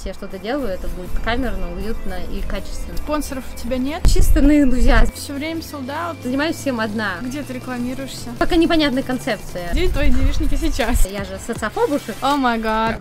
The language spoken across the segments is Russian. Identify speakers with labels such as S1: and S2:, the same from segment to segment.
S1: если я что-то делаю, это будет камерно, уютно и качественно.
S2: Спонсоров у тебя нет?
S1: Чисто на энтузиазм.
S2: Все время sold out?
S1: Занимаюсь всем одна.
S2: Где ты рекламируешься?
S1: Пока непонятная концепция.
S2: Где твои девичники сейчас?
S1: Я же социофобушек.
S2: О май гад.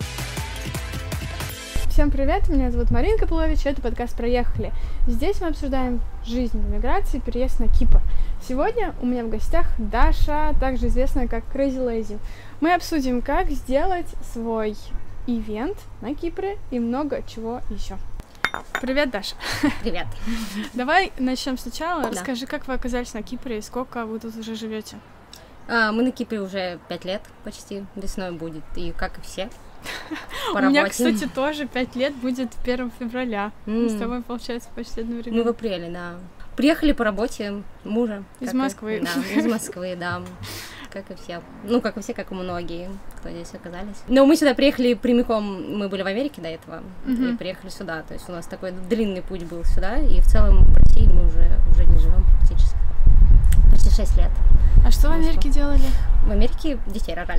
S2: Всем привет, меня зовут Маринка Полович, это подкаст «Проехали». Здесь мы обсуждаем жизнь в эмиграции, переезд на Кипр. Сегодня у меня в гостях Даша, также известная как Crazy Lazy. Мы обсудим, как сделать свой ивент на Кипре и много чего еще. Привет, Даша.
S1: Привет.
S2: Давай начнем сначала.
S1: Да.
S2: Расскажи, как вы оказались на Кипре и сколько вы тут уже живете?
S1: Мы на Кипре уже 5 лет почти, весной будет, и как и все.
S2: У меня, кстати, тоже 5 лет будет 1 февраля. Мы с тобой, получается, почти одновременно.
S1: Мы в апреле, да. Приехали по работе мужа.
S2: Из Москвы.
S1: Да, из Москвы, да. Как и все. Ну, как и все, как и многие, кто здесь оказались. Но мы сюда приехали прямиком, мы были в Америке до этого, и приехали сюда. То есть у нас такой длинный путь был сюда, и в целом в России мы уже не живем практически. Почти 6 лет.
S2: А что в Америке делали?
S1: В Америке детей рожали.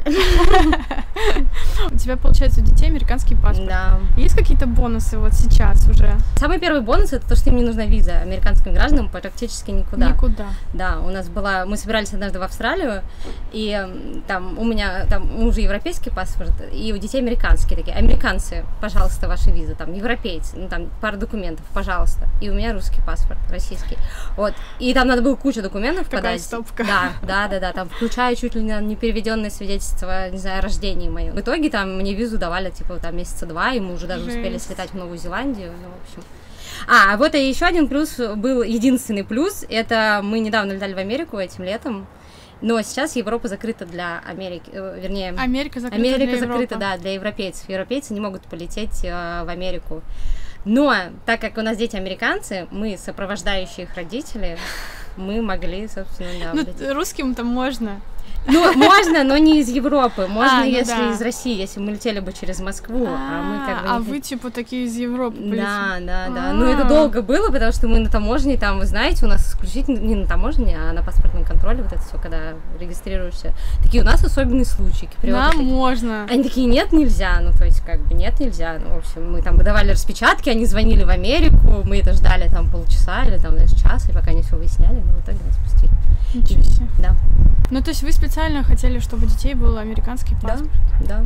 S2: У тебя, получается, у детей американский паспорт.
S1: Да.
S2: Есть какие-то бонусы вот сейчас уже?
S1: Самый первый бонус — это то, что им не нужна виза американским гражданам практически никуда.
S2: Никуда.
S1: Да, у нас была... Мы собирались однажды в Австралию, и там у меня там у мужа европейский паспорт, и у детей американские такие. Американцы, пожалуйста, ваши визы. Там европейцы, ну там пару документов, пожалуйста. И у меня русский паспорт, российский. Вот. И там надо было кучу документов
S2: Какая
S1: подать.
S2: стопка.
S1: Да, там включая чуть ли не непереведенное свидетельство, не знаю, о рождении моем. В итоге там мне визу давали, типа, там месяца 2, и мы уже даже успели слетать в Новую Зеландию, ну, в общем. Вот и еще один плюс был, единственный плюс, это мы недавно летали в Америку этим летом, но сейчас Европа закрыта для Америки, вернее...
S2: Америка закрыта
S1: да, для европейцев. Европейцы не могут полететь в Америку. Но, так как у нас дети американцы, мы, сопровождающие их родители, мы могли, собственно, да,
S2: ну, русским-то можно.
S1: Ну, можно, но не из Европы. Можно, если
S2: да.
S1: из России, если мы летели бы через Москву, мы как бы...
S2: А вы, типа, такие из Европы полетели?
S1: Да. Ну, это долго было, потому что мы на таможне, там, вы знаете, у нас исключительно не на таможне, а на паспортном контроле, вот это все, когда регистрируешься. Такие у нас особенные случаи.
S2: Нам можно.
S1: Они такие, нет, нельзя. Ну, то есть, как бы, нет, нельзя. Ну, в общем, мы там выдавали распечатки, они звонили в Америку, мы это ждали там полчаса или там даже час, и пока они все выясняли, но в итоге нас пустили.
S2: Ничего себе.
S1: Да.
S2: Ну, то есть вы специально хотели, чтобы у детей был американский паспорт?
S1: Да.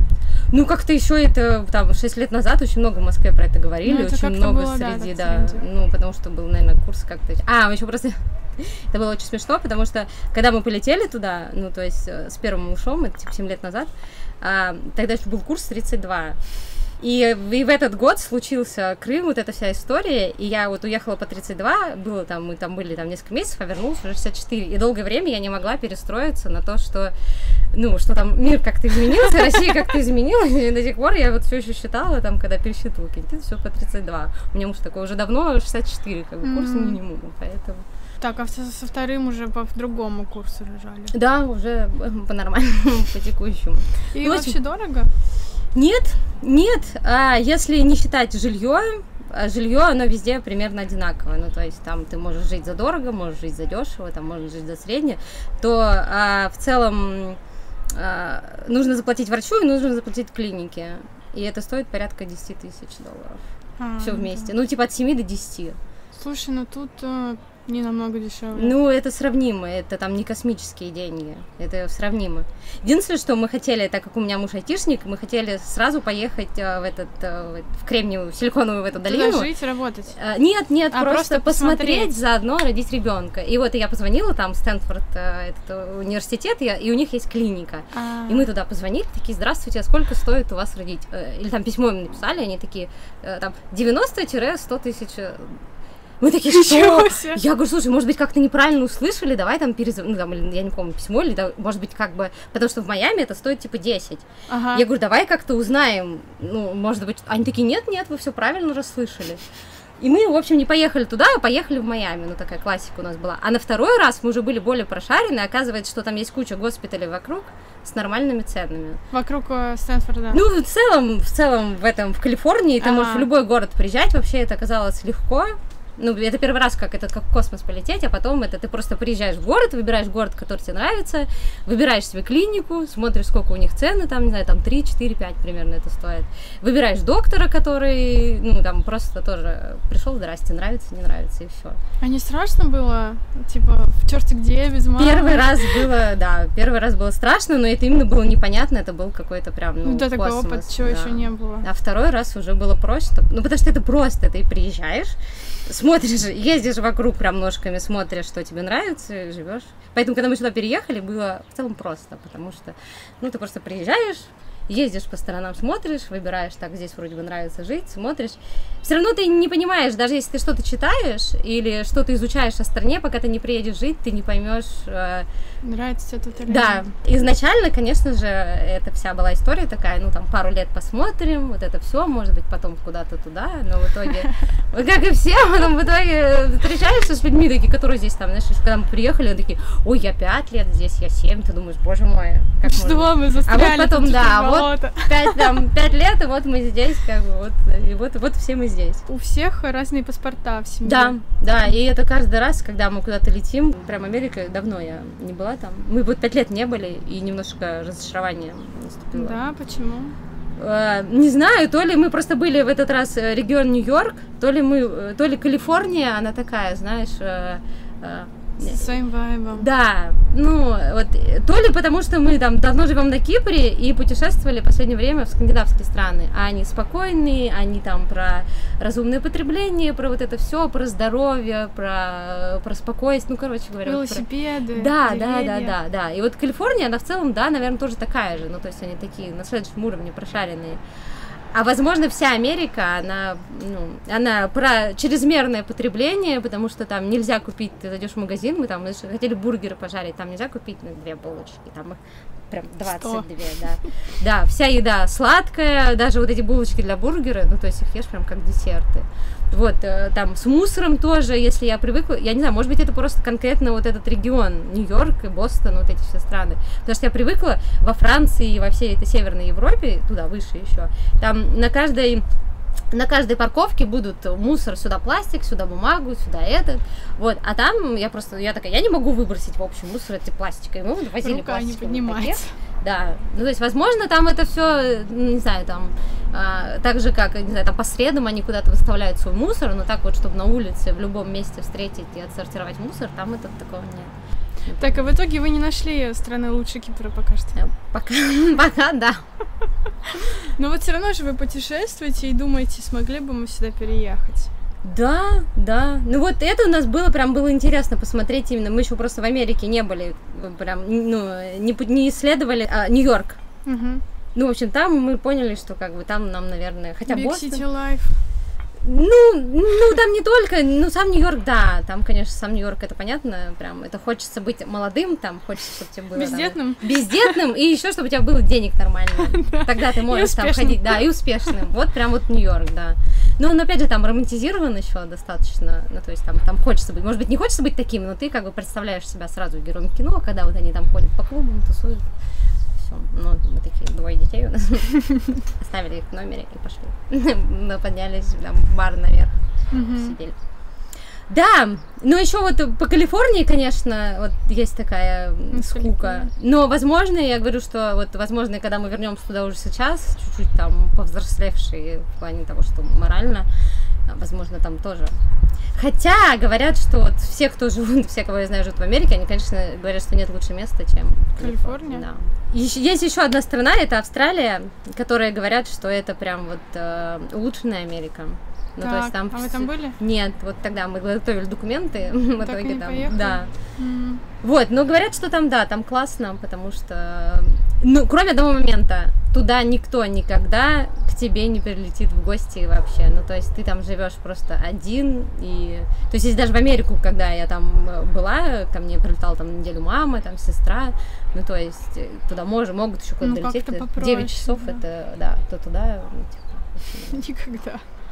S1: Ну, как-то еще это, там, 6 лет назад очень много в Москве про это говорили,
S2: это
S1: очень много
S2: было,
S1: среди,
S2: да.
S1: Ну, потому что был, наверное, курс как-то... еще просто... Это было очень смешно, потому что, когда мы полетели туда, ну, то есть, с первым малышом, это, типа, 7 лет назад, тогда еще был курс 32. И в этот год случился Крым, вот эта вся история, и я вот уехала по 32, мы там были там несколько месяцев, а вернулась уже 64, и долгое время я не могла перестроиться на то, что, ну, что там мир как-то изменился, Россия как-то изменилась, и до сих пор я вот все еще считала, там, когда пересчитывала, все по 32. У меня муж такой уже давно 64, как бы, курс минимум, поэтому...
S2: Так, а со вторым уже по другому курсу лежали? Да,
S1: уже по-нормальному, по текущему.
S2: И вообще дорого?
S1: Нет, если не считать жилье, оно везде примерно одинаковое, ну, то есть там ты можешь жить за дорого, можешь жить за дешево, там можешь жить за среднее, то в целом нужно заплатить врачу и нужно заплатить клинике, и это стоит порядка $10 000, все вместе, ну, типа от 7 до 10.
S2: Слушай, ну тут... Не намного дешевле.
S1: Ну, это сравнимо, это там не космические деньги, это сравнимо. Единственное, что мы хотели, так как у меня муж айтишник, мы хотели сразу поехать в Кремниевую, Силиконовую в эту долину.
S2: Туда жить, работать?
S1: Нет, просто посмотреть, заодно родить ребенка. И вот я позвонила, там Стэнфорд, этот университет, и у них есть клиника. И мы туда позвонили, такие, здравствуйте, а сколько стоит у вас родить? Или там письмо им написали, они такие, там, 90-100 тысяч. Мы такие, что? Я говорю, слушай, может быть, как-то неправильно услышали, давай там перезвоним, ну, там, я не помню, письмо, или, да, может быть, как бы, потому что в Майами это стоит, типа, 10. Я говорю, давай как-то узнаем, ну, может быть, они такие, нет, вы все правильно расслышали. И мы, в общем, не поехали туда, а поехали в Майами, ну, такая классика у нас была. А на второй раз мы уже были более прошарены, оказывается, что там есть куча госпиталей вокруг с нормальными ценами.
S2: Вокруг Стэнфорда?
S1: Ну, в целом, в Калифорнии, ты можешь в любой город приезжать, вообще это оказалось легко. Ну, это первый раз, как в космос полететь, а потом это ты просто приезжаешь в город, выбираешь город, который тебе нравится, выбираешь себе клинику, смотришь, сколько у них цены, там, не знаю, там 3, 4, 5 примерно это стоит. Выбираешь доктора, который, ну, там, просто тоже пришел, здрасте, нравится, не нравится, и все.
S2: А не страшно было? Типа, в черте где, без мамы?
S1: Первый раз было страшно, но это именно было непонятно, это был какой-то прям, ну,
S2: да,
S1: космос.
S2: такой опыт, чего еще не было.
S1: А второй раз уже было проще, ну, потому что это просто, ты приезжаешь, смотришь, ездишь вокруг прям ножками, смотришь, что тебе нравится, живешь. Поэтому, когда мы сюда переехали, было в целом просто, потому что, ну, ты просто приезжаешь, ездишь по сторонам, смотришь, выбираешь, так, здесь вроде бы нравится жить, смотришь. Все равно ты не понимаешь, даже если ты что-то читаешь или что-то изучаешь о стране, пока ты не приедешь жить, ты не поймешь...
S2: Нравится тебе тут или
S1: Да, изначально, конечно же, это вся была история такая, ну, там, пару лет посмотрим, вот это все, может быть, потом куда-то туда, но в итоге, как и все, потом в итоге встречаешься с людьми такие, которые здесь, там, знаешь, когда мы приехали, они такие, ой, я 5 лет здесь, я 7, ты думаешь, боже мой, как
S2: что
S1: можно?
S2: мы застряли?
S1: А вот потом, да, вот 5 лет, и вот мы здесь, как бы, вот все мы здесь.
S2: У всех разные паспорта в семье.
S1: Да, и это каждый раз, когда мы куда-то летим, прям Америка, давно я не была там, мы вот 5 лет не были, и немножко разочарование наступило.
S2: Да, почему?
S1: Не знаю, то ли мы просто были в этот раз регион Нью-Йорк, то ли Калифорния, она такая, знаешь...
S2: Со своим вайбом.
S1: Да, ну, вот, то ли потому, что мы там давно живем на Кипре и путешествовали в последнее время в скандинавские страны, а они спокойные, они там про разумное потребление, про вот это все, про здоровье, про спокойствие, ну, короче говоря.
S2: Велосипеды.
S1: Да. И вот Калифорния, она в целом, да, наверное, тоже такая же, ну, то есть они такие на следующем уровне прошаренные. А, возможно, вся Америка, она про чрезмерное потребление, потому что там нельзя купить, ты зайдешь в магазин, мы там хотели бургеры пожарить, там нельзя купить 2 булочки, там их прям 22, 100. Да, вся еда сладкая, даже вот эти булочки для бургера, ну, то есть их ешь прям как десерты. Вот, там с мусором тоже, если я привыкла, я не знаю, может быть, это просто конкретно вот этот регион, Нью-Йорк и Бостон, вот эти все страны, потому что я привыкла во Франции и во всей этой Северной Европе, туда выше еще, там на каждой парковке будут мусор, сюда пластик, сюда бумагу, сюда этот, вот, а там я такая, я не могу выбросить в общий мусор эти пластик, и мы вот возили пластиковый пакет. Да, ну, то есть, возможно, там это все, не знаю, там, так же, как, не знаю, там, по средам они куда-то выставляют свой мусор, но так вот, чтобы на улице в любом месте встретить и отсортировать мусор, там такого нет.
S2: Так, а в итоге вы не нашли страны лучше Кипра пока что?
S1: Пока, да.
S2: Но вот все равно же вы путешествуете и думаете, смогли бы мы сюда переехать?
S1: Да. Ну вот это у нас было интересно посмотреть именно. Мы еще просто в Америке не были, прям, не исследовали Нью-Йорк.
S2: Угу.
S1: Ну, в общем, там мы поняли, что как бы там нам, наверное, хотя бы
S2: Big City Life.
S1: Ну, там не только, сам Нью-Йорк, да, там, конечно, сам Нью-Йорк, это понятно, прям, это хочется быть молодым, там, хочется, чтобы тебе было... Бездетным, и еще, чтобы у тебя было денег нормально, тогда ты можешь там ходить, да, и успешным, вот прям вот Нью-Йорк, да. Но он, опять же, там романтизирован еще достаточно, ну, то есть там хочется быть, может быть, не хочется быть таким, но ты как бы представляешь себя сразу героем кино, когда вот они там ходят по клубам, тусуют. Ну, мы такие 2 детей у нас. Оставили их в номере и пошли. Мы поднялись там в бар наверх, сидели. Да, но еще вот по Калифорнии, конечно, вот есть такая скука. Но, возможно, я говорю, что вот, возможно, когда мы вернемся туда уже сейчас, чуть-чуть там повзрослевшие в плане того, что морально, возможно, там тоже. Хотя говорят, что вот все, кто живут, все, кого я знаю, живут в Америке, они, конечно, говорят, что нет лучшего места, чем
S2: Калифорния.
S1: Да. Есть еще одна страна, это Австралия, которые говорят, что это прям вот улучшенная Америка. Ну,
S2: так,
S1: то есть там
S2: а вы там были?
S1: Нет, вот тогда мы готовили документы, в
S2: так
S1: итоге
S2: не
S1: там,
S2: поехали?
S1: да. Вот, но говорят, что там, да, там классно, потому что, ну, кроме одного момента, туда никто никогда к тебе не прилетит в гости вообще, ну, то есть ты там живешь просто один, и, то есть если даже в Америку, когда я там была, ко мне прилетала там на неделю мама, там сестра, ну, то есть туда могут еще куда-то долететь, 9 часов, да. Это, да, то туда,
S2: Никогда.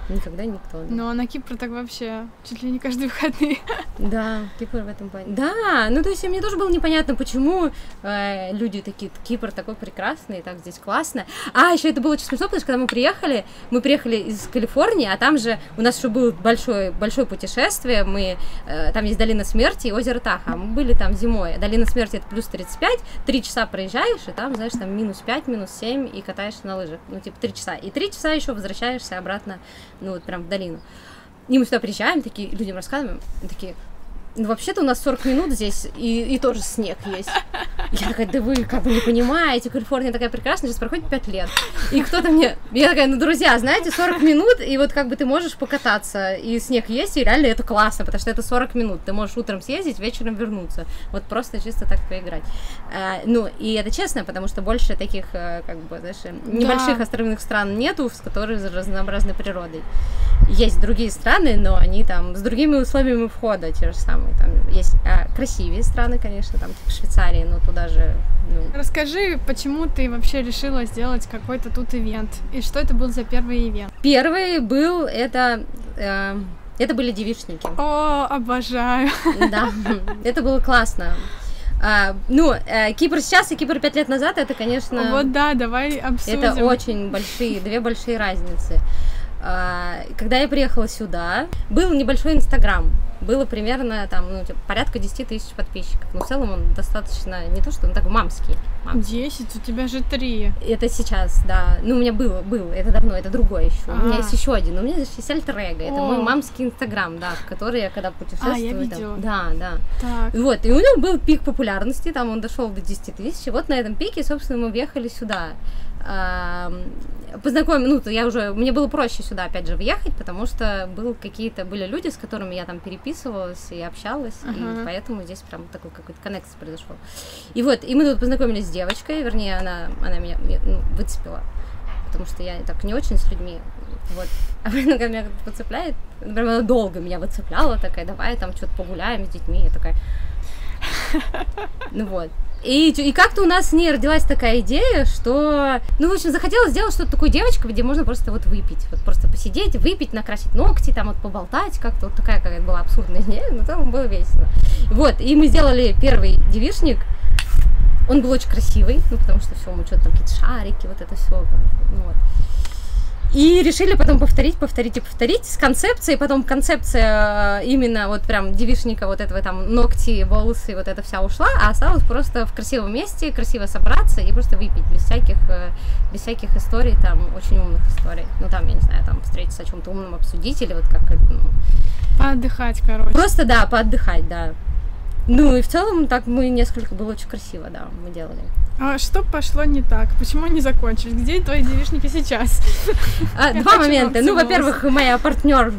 S1: Никогда никто. Да.
S2: Ну, а на Кипр так вообще чуть ли не каждые выходные.
S1: Да, Кипр в этом плане. Да, ну то есть мне тоже было непонятно, почему люди такие, Кипр такой прекрасный, так здесь классно. А, еще это было очень смешно, потому что когда мы приехали из Калифорнии, а там же у нас еще было большое путешествие, там есть Долина Смерти и озеро Таха, мы были там зимой. Долина Смерти это плюс 35, 3 часа проезжаешь, и там, знаешь, там минус 5, минус 7, и катаешься на лыжах, ну типа 3 часа. И 3 часа еще возвращаешься обратно, ну вот прям в долину. И мы сюда приезжаем, такие, людям рассказываем, такие, ну вообще-то у нас 40 минут здесь, и тоже снег есть. Я такая, да вы как бы не понимаете, Калифорния такая прекрасная, сейчас проходит 5 лет. И кто-то я такая, ну друзья, знаете, 40 минут, и вот как бы ты можешь покататься, и снег есть, и реально это классно, потому что это 40 минут, ты можешь утром съездить, вечером вернуться, вот просто чисто так поиграть. Ну, и это честно, потому что больше таких, как бы, знаешь, небольших островных стран нету, с которыми разнообразной природой. Есть другие страны, но они там с другими условиями входа, те же самые. Там есть красивее страны, конечно, там типа Швейцарии, но туда же... Ну...
S2: Расскажи, почему ты вообще решила сделать какой-то тут ивент? И что это был за первый ивент?
S1: Первый был, это были девичники.
S2: О, обожаю!
S1: Да, это было классно. Кипр сейчас и Кипр 5 лет назад, это, конечно...
S2: Вот да, давай обсудим.
S1: Это очень две большие разницы. Когда я приехала сюда, был небольшой Инстаграм. Было примерно там, порядка 10 тысяч подписчиков. Но в целом он достаточно, не то что он такой мамский.
S2: 10? У тебя же 3.
S1: Это сейчас, да. Ну, у меня был, это давно, это другой еще. У меня есть еще один. У меня здесь есть альтер-эго. Это мой мамский Инстаграм, да, в который я когда путешествую.
S2: Я видела.
S1: Да.
S2: Так.
S1: Вот, и у него был пик популярности, там он дошел до 10 тысяч. И вот на этом пике, собственно, мы въехали сюда. Мне было проще сюда, опять же, въехать, потому что были люди, с которыми я там переписывалась и общалась, и поэтому здесь прям такой какой-то коннект произошел. И вот, и мы тут познакомились с девочкой, вернее, она меня выцепила, потому что я так не очень с людьми, вот. А когда меня подцепляет, например, она долго меня выцепляла, такая, давай там что-то погуляем с детьми, я такая... Ну вот. И как-то у нас с ней родилась такая идея, что, в общем, захотелось сделать что-то такое девочка, где можно просто вот выпить, вот просто посидеть, выпить, накрасить ногти, там вот поболтать, как-то вот такая какая-то была абсурдная идея, но там было весело. Вот, и мы сделали первый девичник, он был очень красивый, потому что все, мы что-то там, какие-то шарики, вот это все, вот. И решили потом повторить с концепцией, потом концепция именно вот прям девичника вот этого там ногти, волосы, вот это вся ушла, а осталось просто в красивом месте, красиво собраться и просто выпить, без всяких историй, там, очень умных историй. Ну, там, я не знаю, там, встретиться о чем-то умном, обсудить или вот как...
S2: Поотдыхать, короче.
S1: Просто, да, поотдыхать, да. Ну, и в целом так было очень красиво, да, мы делали.
S2: А что пошло не так? Почему не закончились? Где твои девичники сейчас?
S1: Два момента. Ну, во-первых, моя партнер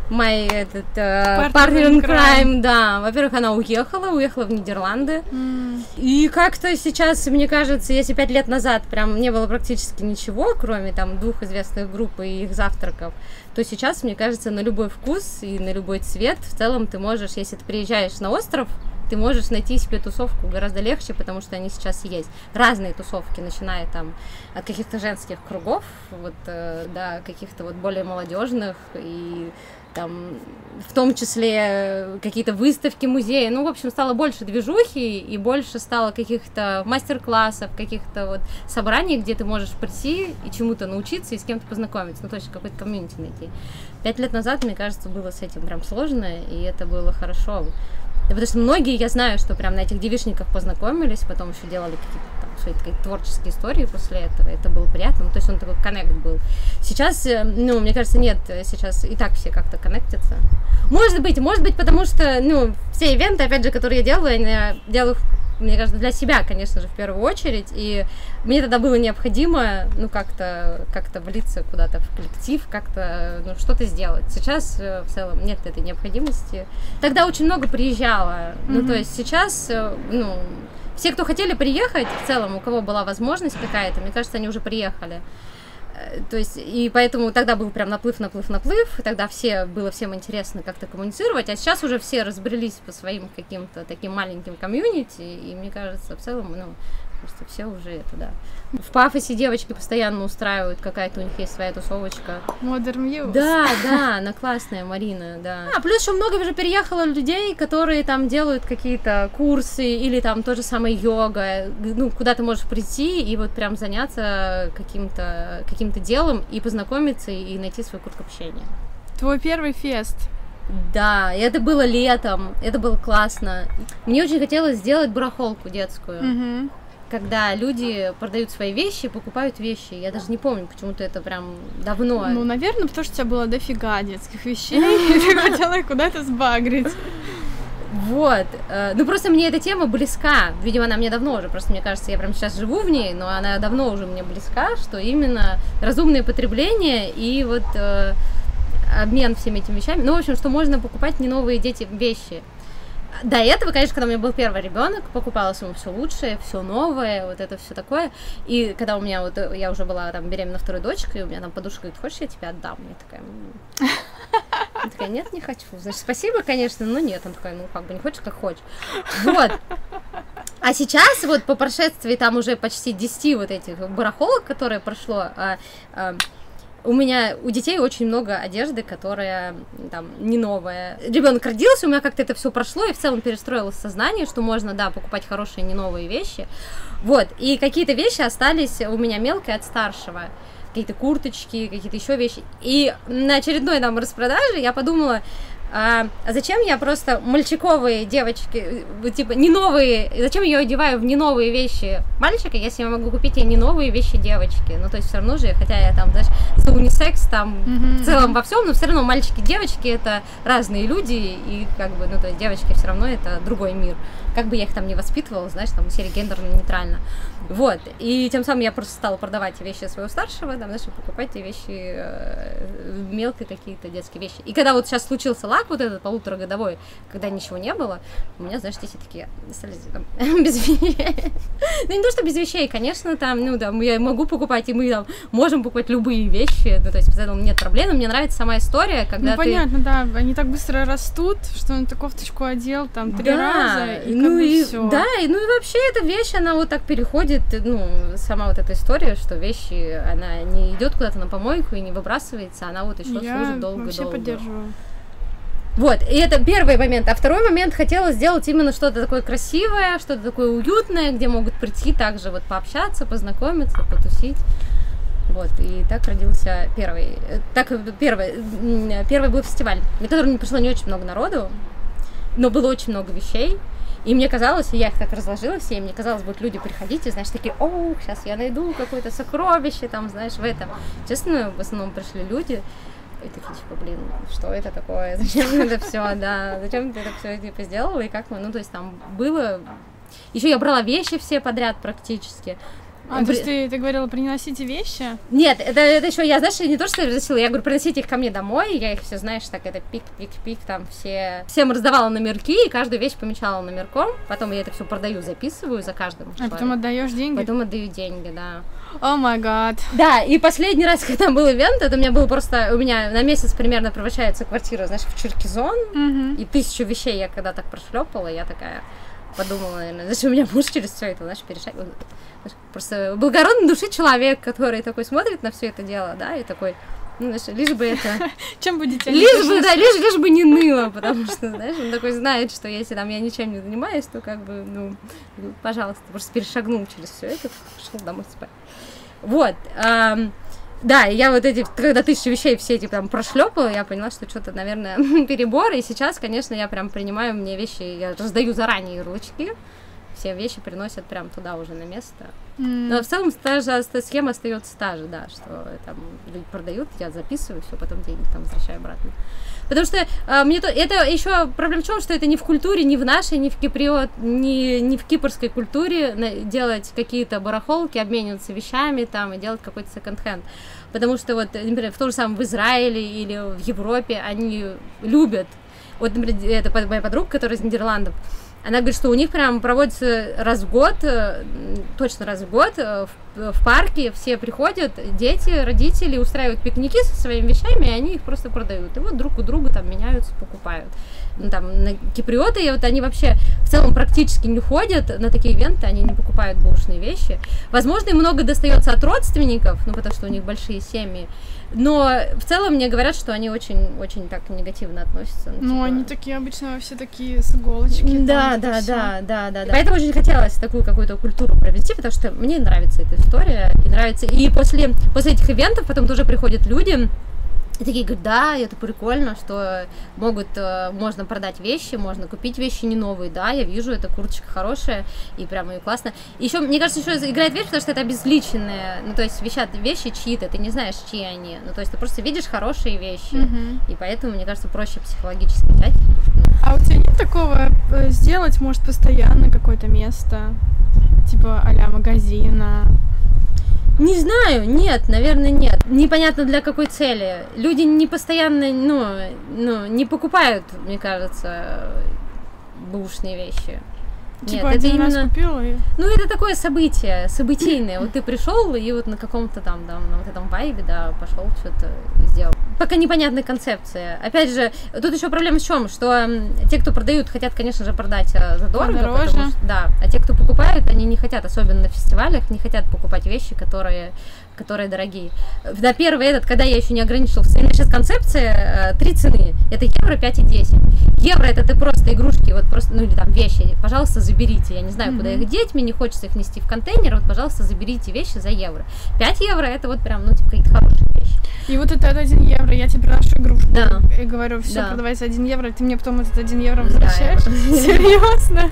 S1: partner in crime, да. Во-первых, она уехала в Нидерланды. И как-то сейчас, мне кажется, если 5 лет назад прям не было практически ничего, кроме там 2 известных групп и их завтраков, то сейчас, мне кажется, на любой вкус и на любой цвет в целом ты можешь, если ты приезжаешь на остров, ты можешь найти себе тусовку гораздо легче, потому что они сейчас есть. Разные тусовки, начиная там от каких-то женских кругов, вот, до каких-то вот более молодежных, и там в том числе какие-то выставки, музеи. Ну, в общем, стало больше движухи, и больше стало каких-то мастер-классов, каких-то вот собраний, где ты можешь прийти и чему-то научиться, и с кем-то познакомиться. Ну, то есть какой-то комьюнити найти. 5 лет назад, мне кажется, было с этим прям сложно, и это было хорошо. Да, потому что многие, я знаю, что прям на этих девичниках познакомились, потом еще делали какие-то там свои такие творческие истории после этого, это было приятно, ну, то есть он такой коннект был. Сейчас, мне кажется, нет, сейчас и так все как-то коннектятся. Может быть, потому что, все ивенты, опять же, которые я делаю, мне кажется, для себя, конечно же, в первую очередь, и мне тогда было необходимо, как-то влиться куда-то в коллектив, как-то, что-то сделать. Сейчас, в целом, нет этой необходимости. Тогда очень много приезжало, то есть сейчас, все, кто хотели приехать, в целом, у кого была возможность какая-то, мне кажется, они уже приехали. То есть, и поэтому тогда был прям наплыв, тогда было всем интересно как-то коммуницировать, а сейчас уже все разбрелись по своим каким-то таким маленьким комьюнити, и мне кажется, в целом, Просто все уже это, да. В пафосе девочки постоянно устраивают, какая-то у них есть своя тусовочка.
S2: Modern Muse.
S1: Да, она классная, Марина, да. Плюс еще много уже переехало людей, которые там делают какие-то курсы или там то же самое йога, ну, куда ты можешь прийти и вот прям заняться каким-то делом и познакомиться и найти свой круг общения.
S2: Твой первый фест.
S1: Да, и это было летом, это было классно. Мне очень хотелось сделать барахолку детскую.
S2: Угу.
S1: Когда люди продают свои вещи, покупают вещи. Я даже не помню, почему-то это прям давно.
S2: Ну, наверное, потому что у тебя было дофига детских вещей, и ты хотела их куда-то сбагрить.
S1: Вот. Ну, просто мне эта тема близка. Видимо, она мне давно уже. Просто, мне кажется, я прям сейчас живу в ней, но она давно уже мне близка, что именно разумное потребление и вот обмен всеми этими вещами. Ну, в общем, что можно покупать не новые вещи. До этого, конечно, когда у меня был первый ребенок, покупалось ему все лучшее, все новое, вот это все такое. И когда у меня вот я уже была там беременна второй дочкой, у меня там подушка говорит: хочешь, я тебе отдам? Я такая, нет, не хочу. Значит, спасибо, конечно, но нет. Он такой, ну как бы не хочешь, как хочешь. Вот. А сейчас вот по прошествии там уже почти 10 вот этих барахолок, которые прошло, у детей очень много одежды, которая там не новая. Ребенок родился, у меня как-то это все прошло, и в целом перестроилось сознание, что можно, да, покупать хорошие не новые вещи. Вот, и какие-то вещи остались у меня мелкие от старшего. Какие-то курточки, какие-то еще вещи. И на очередной там распродаже я подумала, а зачем я просто мальчиковые девочки, типа не новые, зачем я одеваю в не новые вещи мальчика, если я могу купить ей не новые вещи девочки? Ну, то есть все равно же, хотя я там, знаешь, за унисекс там в целом во всем, но все равно мальчики и девочки это разные люди, и как бы, ну, то есть девочки все равно это другой мир. Как бы я их там не воспитывала, знаешь, там серия гендерно-нейтрально. Вот, и тем самым я просто стала продавать вещи своего старшего, там, знаешь, покупать те вещи, мелкие какие-то детские вещи. И когда вот сейчас случился лак вот этот полуторагодовой, когда ничего не было, у меня, знаешь, дети такие остались там без вещей. Ну, не то, что без вещей, конечно, там, ну, там, я могу покупать, и мы там можем покупать любые вещи, ну, то есть, поэтому нет проблем, мне нравится сама история, когда
S2: ну, понятно, да, они так быстро растут, что он такую кофточку одел, там, 3 раза, и как бы всё.
S1: Да, и, ну, и вообще эта вещь, она вот так переходит, ну, сама вот эта история, что вещи, она не идет куда-то на помойку и не выбрасывается, она вот еще служит долго-долго.
S2: Я вообще поддерживаю.
S1: Вот, и это первый момент. А второй момент, хотела сделать именно что-то такое красивое, что-то такое уютное, где могут прийти также вот пообщаться, познакомиться, потусить. Вот, и так родился первый был фестиваль, на который пришло не очень много народу, но было очень много вещей. И мне казалось, я их так разложила все, и мне казалось, будут люди приходить и, знаешь, такие, о, сейчас я найду какое-то сокровище, там, знаешь, в этом. Честно, в основном пришли люди, и такие, типа, блин, что это такое, зачем это все, да, зачем ты это все, типа, сделала, и как мы, ну, то есть там было... Еще я брала вещи все подряд практически.
S2: А, то есть ты говорила, приносите вещи?
S1: Нет, это еще, я, знаешь, не то, что я разрешила, я говорю, приносите их ко мне домой, я их все, знаешь, так, это пик, там, всем раздавала номерки, и каждую вещь помечала номерком, потом я это все продаю, записываю за каждым.
S2: А потом отдаешь деньги?
S1: Потом отдаю деньги, да.
S2: О май гад.
S1: Да, и последний раз, когда был ивент, это у меня было просто, у меня на месяц примерно превращается квартира, знаешь, в Черкизон, и 1000 вещей я когда так прошлепала, я такая... подумала, наверное, знаешь, у меня муж через все это, знаешь, перешагивает. Просто благородной души человек, который такой смотрит на все это дело, да, и такой, ну, знаешь, лишь бы это...
S2: Чем будете?
S1: Лишь бы не ныло, потому что, знаешь, он такой знает, что если там я ничем не занимаюсь, то как бы, ну, пожалуйста, просто перешагнул через все это, пошел домой спать. Вот. Да, я вот эти, когда 1000 вещей все эти там прошлепала, я поняла, что что-то, наверное, перебор, и сейчас, конечно, я прям принимаю мне вещи, я раздаю заранее ярлычки, все вещи приносят прям туда уже на место. Но в целом схема остается та же, да, что там люди продают, я записываю, все, потом деньги там возвращаю обратно. Потому что это еще проблема в чем, что это не в культуре, не в нашей, не в киприот, не в кипрской культуре делать какие-то барахолки, обмениваться вещами там и делать какой-то секонд-хенд. Потому что вот, например, в том же самом в Израиле или в Европе они любят. Вот, например, это моя подруга, которая из Нидерландов, она говорит, что у них прям проводится раз в год, точно раз в год, в парке все приходят, дети, родители устраивают пикники со своими вещами, и они их просто продают. И вот друг у друга там меняются, покупают. Ну, там, киприоты, вот они вообще в целом практически не ходят на такие ивенты, они не покупают бэушные вещи. Возможно, им много достается от родственников, ну, потому что у них большие семьи. Но в целом мне говорят, что они очень так негативно относятся.
S2: Ну, типа... они такие обычно все такие с иголочки.
S1: Да. Поэтому очень хотелось такую какую-то культуру провести, потому что мне нравится эта история, и нравится. И после этих ивентов потом тоже приходят люди, и такие говорят, да, это прикольно, что можно продать вещи, можно купить вещи не новые, да, я вижу, эта курточка хорошая, и прям ее классно. Еще, мне кажется, еще играет вещь, потому что это обезличенные, ну, то есть вещи чьи-то, ты не знаешь, чьи они, ну, то есть ты просто видишь хорошие вещи, и поэтому, мне кажется, проще психологически взять.
S2: А у тебя нет такого сделать, может, постоянно какое-то место, типа а-ля магазина?
S1: Не знаю, нет, наверное, нет. Непонятно для какой цели. Люди не постоянно, не покупают, мне кажется, бэушные вещи.
S2: Типа нет, один раз купила и...
S1: Ну, это такое событие, событийное. Вот ты пришел и вот на каком-то там, на вот этом вайбе, да, пошел что-то сделал. Пока непонятная концепция. Опять же, тут еще проблема в чем, что те, кто продают, хотят, конечно же, продать задорого, потому что, да, а те, кто покупают, они не хотят, особенно на фестивалях, не хотят покупать вещи, которые дорогие. На первый когда я еще не ограничилась, у меня сейчас концепция 3 цены. Это евро, 5 и 10. Евро это ты просто игрушки, вот просто, ну или там вещи, пожалуйста, заберите. Я не знаю, куда их деть, мне не хочется их нести в контейнер, вот, пожалуйста, заберите вещи за евро. 5 евро это вот прям, типа, какие-то хорошие вещи.
S2: И вот это 1 евро, я тебе приношу игрушку,
S1: да.
S2: И говорю, все, да. Продавай за 1 евро, ты мне потом этот 1 евро возвращаешь?
S1: Да,
S2: серьезно?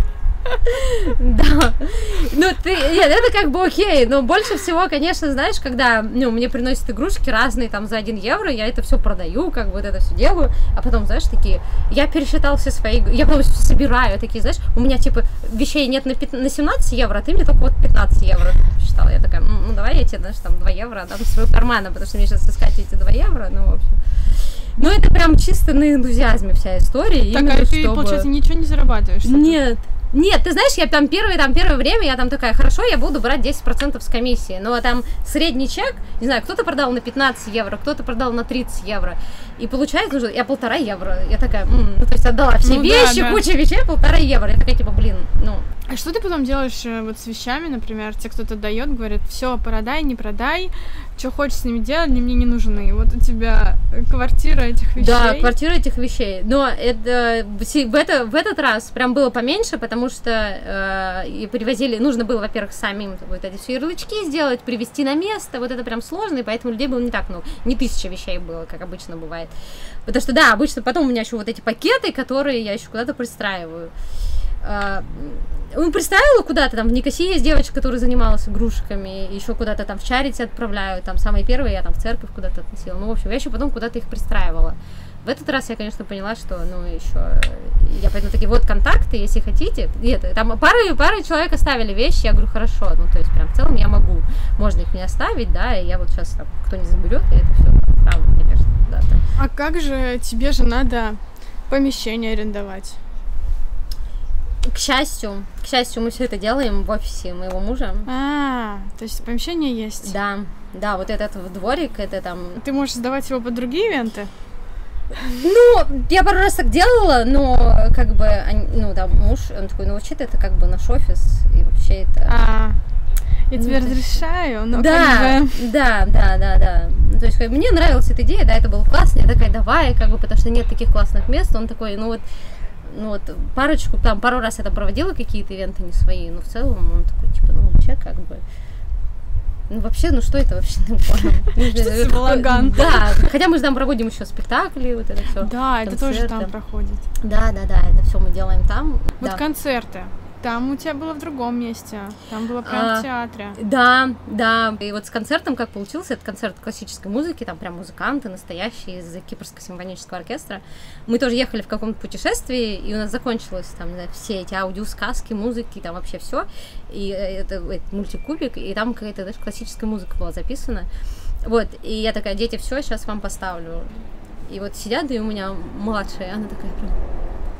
S1: Да. Нет, это как бы окей, но больше всего, конечно, знаешь, когда, мне приносят игрушки разные, там, за 1 евро, я это все продаю, как бы вот это все делаю, а потом, знаешь, такие, я пересчитал все свои, я потом собираю, такие, знаешь, у меня, типа, вещей нет на 17 евро, а ты мне только вот 15 евро считала. Я такая, давай я тебе, знаешь, там, 2 евро отдам из своего кармана, потому что мне сейчас искать эти 2 евро, в общем. Ну, это прям чисто на энтузиазме вся история.
S2: Так, а ты, получается, ничего не зарабатываешь?
S1: Нет, ты знаешь, я там первое время я там такая, хорошо, я буду брать 10% с комиссии, но там средний чек, не знаю, кто-то продал на 15 евро, кто-то продал на 30 евро, и получается, я 1,5 евро, я такая, то есть отдала все вещи, куча вещей, 1,5 евро, я такая, типа,
S2: А что ты потом делаешь вот с вещами, например, тебе кто-то дает, говорит, все, продай, не продай, что хочешь с ними делать, они мне не нужны. Вот у тебя квартира этих вещей.
S1: Да, квартира этих вещей. Но это в этот раз прям было поменьше, потому что привозили, нужно было, во-первых, самим вот эти все ярлычки сделать, привезти на место, вот это прям сложно, и поэтому людей было не так много, не 1000 вещей было, как обычно бывает. Потому что, да, обычно потом у меня еще вот эти пакеты, которые я еще куда-то пристраиваю. Представила куда-то, там в Никосии есть девочка, которая занималась игрушками, еще куда-то там в Чарити отправляю, там самые первые я там в церковь куда-то относила, в общем, я еще потом куда-то их пристраивала. В этот раз я, конечно, поняла, что, еще, я поэтому такие, вот контакты, если хотите, там пары человек оставили вещи, я говорю, хорошо, то есть прям в целом я могу, можно их мне оставить, да, и я вот сейчас, там, кто не заберет, и это все правда, конечно, да.
S2: А как же, тебе же надо помещение арендовать?
S1: К счастью, мы все это делаем в офисе моего мужа.
S2: То есть помещение есть?
S1: Да, вот этот дворик, это там...
S2: Ты можешь сдавать его под другие ивенты?
S1: Я пару раз так делала, но как бы, муж, он такой, вообще-то это как бы наш офис, и вообще это...
S2: Я тебе разрешаю, но
S1: да,
S2: как бы...
S1: Да. То есть мне нравилась эта идея, да, это было классно, я такая, давай, как бы, потому что нет таких классных мест, он такой, пару раз я там проводила какие-то ивенты не свои, но в целом он такой, типа, вообще как бы, вообще, что это вообще такое?
S2: Что за балаган?
S1: Да, хотя мы же там проводим еще спектакли, вот это все.
S2: Да, это тоже там проходит.
S1: Да, это все мы делаем там.
S2: Вот концерты. Там у тебя было в другом месте, там было прям в театре.
S1: Да, и вот с концертом как получился, это концерт классической музыки, там прям музыканты настоящие из Кипрского симфонического оркестра. Мы тоже ехали в каком-то путешествии, и у нас закончилось там, не знаю, все эти аудиосказки, музыки, там вообще все, и это мультикубик, и там какая-то, знаешь, классическая музыка была записана. Вот, и я такая, дети, все, сейчас вам поставлю. И вот сидят, и у меня младшая, она такая прям...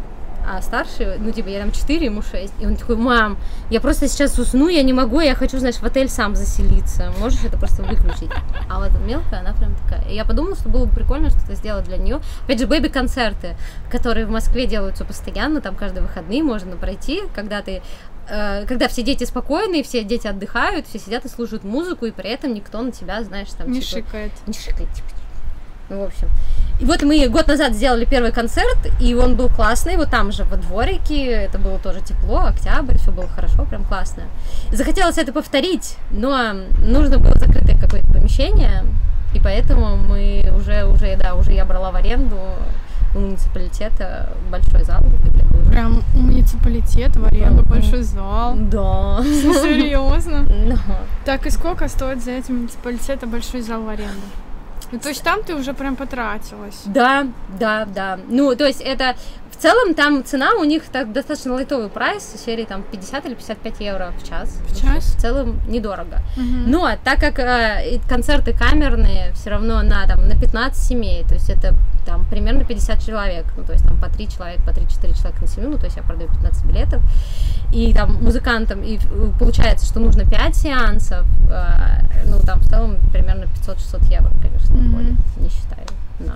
S1: а старший, ну, типа, я там 4, ему 6, и он такой: мам, я просто сейчас усну, я не могу, я хочу, знаешь, в отель сам заселиться, можешь это просто выключить? А вот мелкая, она прям такая. И я подумала, что было бы прикольно что-то сделать для нее. Опять же, бэби-концерты, которые в Москве делаются постоянно, там каждые выходные можно пройти, когда все дети спокойны, все дети отдыхают, все сидят и слушают музыку, и при этом никто на тебя, знаешь, там,
S2: не
S1: типа...
S2: шикает.
S1: Не шикает, типа. Ну, в общем. И вот мы год назад сделали первый концерт, и он был классный, вот там же, во дворике, это было тоже тепло, октябрь, все было хорошо, прям классно. Захотелось это повторить, но нужно было закрытое какое-то помещение, и поэтому мы уже я брала в аренду у муниципалитета большой зал.
S2: Прям у муниципалитета в аренду большой зал?
S1: Да.
S2: Серьезно?
S1: Да.
S2: Так, и сколько стоит взять у муниципалитета большой зал в аренду? Ну, то есть там ты уже прям потратилась?
S1: Да. Ну, то есть это... В целом там цена у них так достаточно лайтовый прайс, в серии там 50 или 55 евро в час.
S2: В час?
S1: В целом недорого. Но так как концерты камерные, все равно на 15 семей, то есть это там примерно 50 человек, ну, то есть там по 3 человека, по 3-4 человека на семью, ну, то есть я продаю 15 билетов, и там музыкантам, и получается, что нужно 5 сеансов, ну, там в целом примерно 500-600 евро, конечно, более, не считаю, на...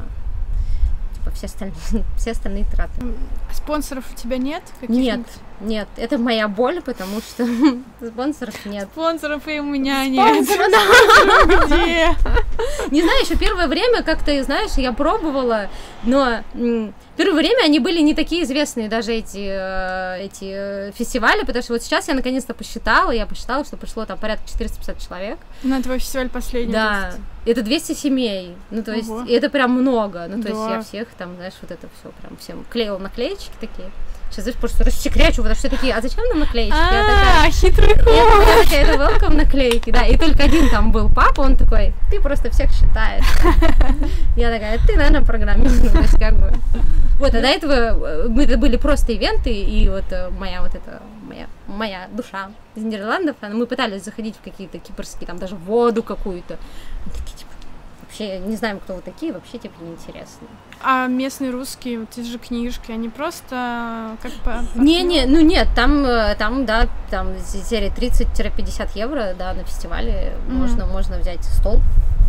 S1: все остальные траты.
S2: Спонсоров у тебя нет?
S1: Нет, это моя боль, потому что спонсоров нет.
S2: Спонсоров и у меня нет.
S1: Где? Не знаю, еще первое время как-то, знаешь, я пробовала, но первое время они были не такие известные, даже эти фестивали, потому что вот сейчас я наконец-то посчитала, что пришло там порядка 450 человек.
S2: На твой фестиваль последний?
S1: Да, это 200 семей, ну то есть это прям много, ну то есть я всех там, знаешь, вот это все прям всем клеила наклеечки такие. Сейчас, знаешь, просто рассекречу, потому что такие: а зачем нам наклеечки?
S2: Хитрый ход!
S1: Я такая: это welcome наклейки, да, и только один там был папа, он такой: ты просто всех считаешь. Я такая: ты, наверное, программист, то есть как бы. Вот, а до этого это были просто ивенты, и вот моя душа из Нидерландов, мы пытались заходить в какие-то кипрские, там даже в воду какую-то. Мы такие, типа, вообще не знаем, кто вы такие, вообще, типа, неинтересно.
S2: А местные русские, вот те же книжки, они просто как по...
S1: Нет, там серия 30-50 евро, да, на фестивале можно взять стол.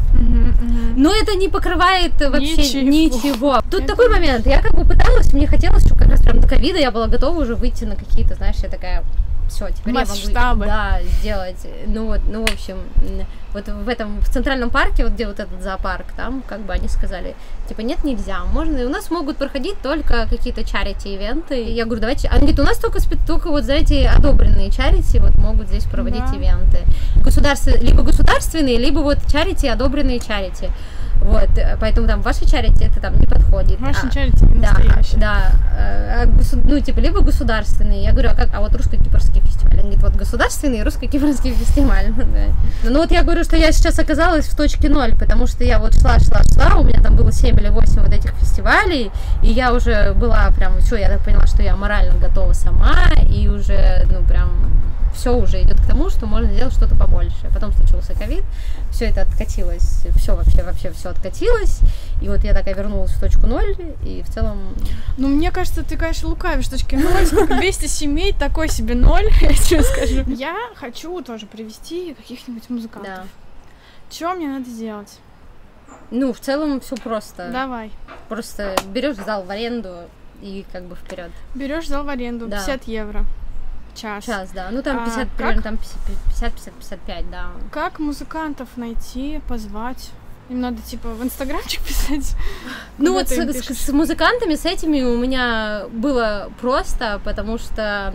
S1: Но это не покрывает вообще ничего. Тут такой момент, я как бы пыталась, мне хотелось, что как раз прям до ковида я была готова уже выйти на какие-то, знаешь, я такая: все, теперь я могу сделать. Ну, в общем, вот в Центральном парке, вот где вот этот зоопарк, там как бы они сказали, типа, нет, нельзя, можно, и у нас могут проходить только какие-то чарити-ивенты. Я говорю: давайте, они говорят: у нас только вот, знаете, одобренные чарити вот могут здесь проводить ивенты. Либо государственные, либо вот чарити, одобренные чарити. Вот, поэтому там ваши чарити это там не подходит.
S2: Ваши чарити настоящие.
S1: Да, либо государственные. Я говорю: а вот русско-кипрский фестиваль? Они говорят: вот государственный и русско-кипрский фестиваль. Ну вот я говорю, что я сейчас оказалась в точке 0, потому что я вот шла, у меня там было 7 или 8 вот этих фестивалей, и я уже была прям, я так поняла, что я морально готова сама, и уже, прям все уже идет к тому, что можно сделать что-то побольше. Потом случился ковид, все это откатилось, все вообще все откатилось, и вот я такая вернулась в точку 0, и в целом...
S2: Ну, мне кажется, ты, конечно, лукавишь в точке 0, сколько 200 семей, такой себе 0, я тебе скажу. Я хочу тоже привести каких-нибудь музыкантов. Да. Что мне надо сделать?
S1: Ну, в целом все просто.
S2: Давай.
S1: Просто берешь зал в аренду и как бы вперед.
S2: Берешь зал в аренду, 50 евро. Час,
S1: да. Ну, там 50, примерно, там 50-55, да.
S2: Как музыкантов найти, позвать? Им надо, типа, в инстаграмчик писать?
S1: Ну, вот с музыкантами, с этими у меня было просто, потому что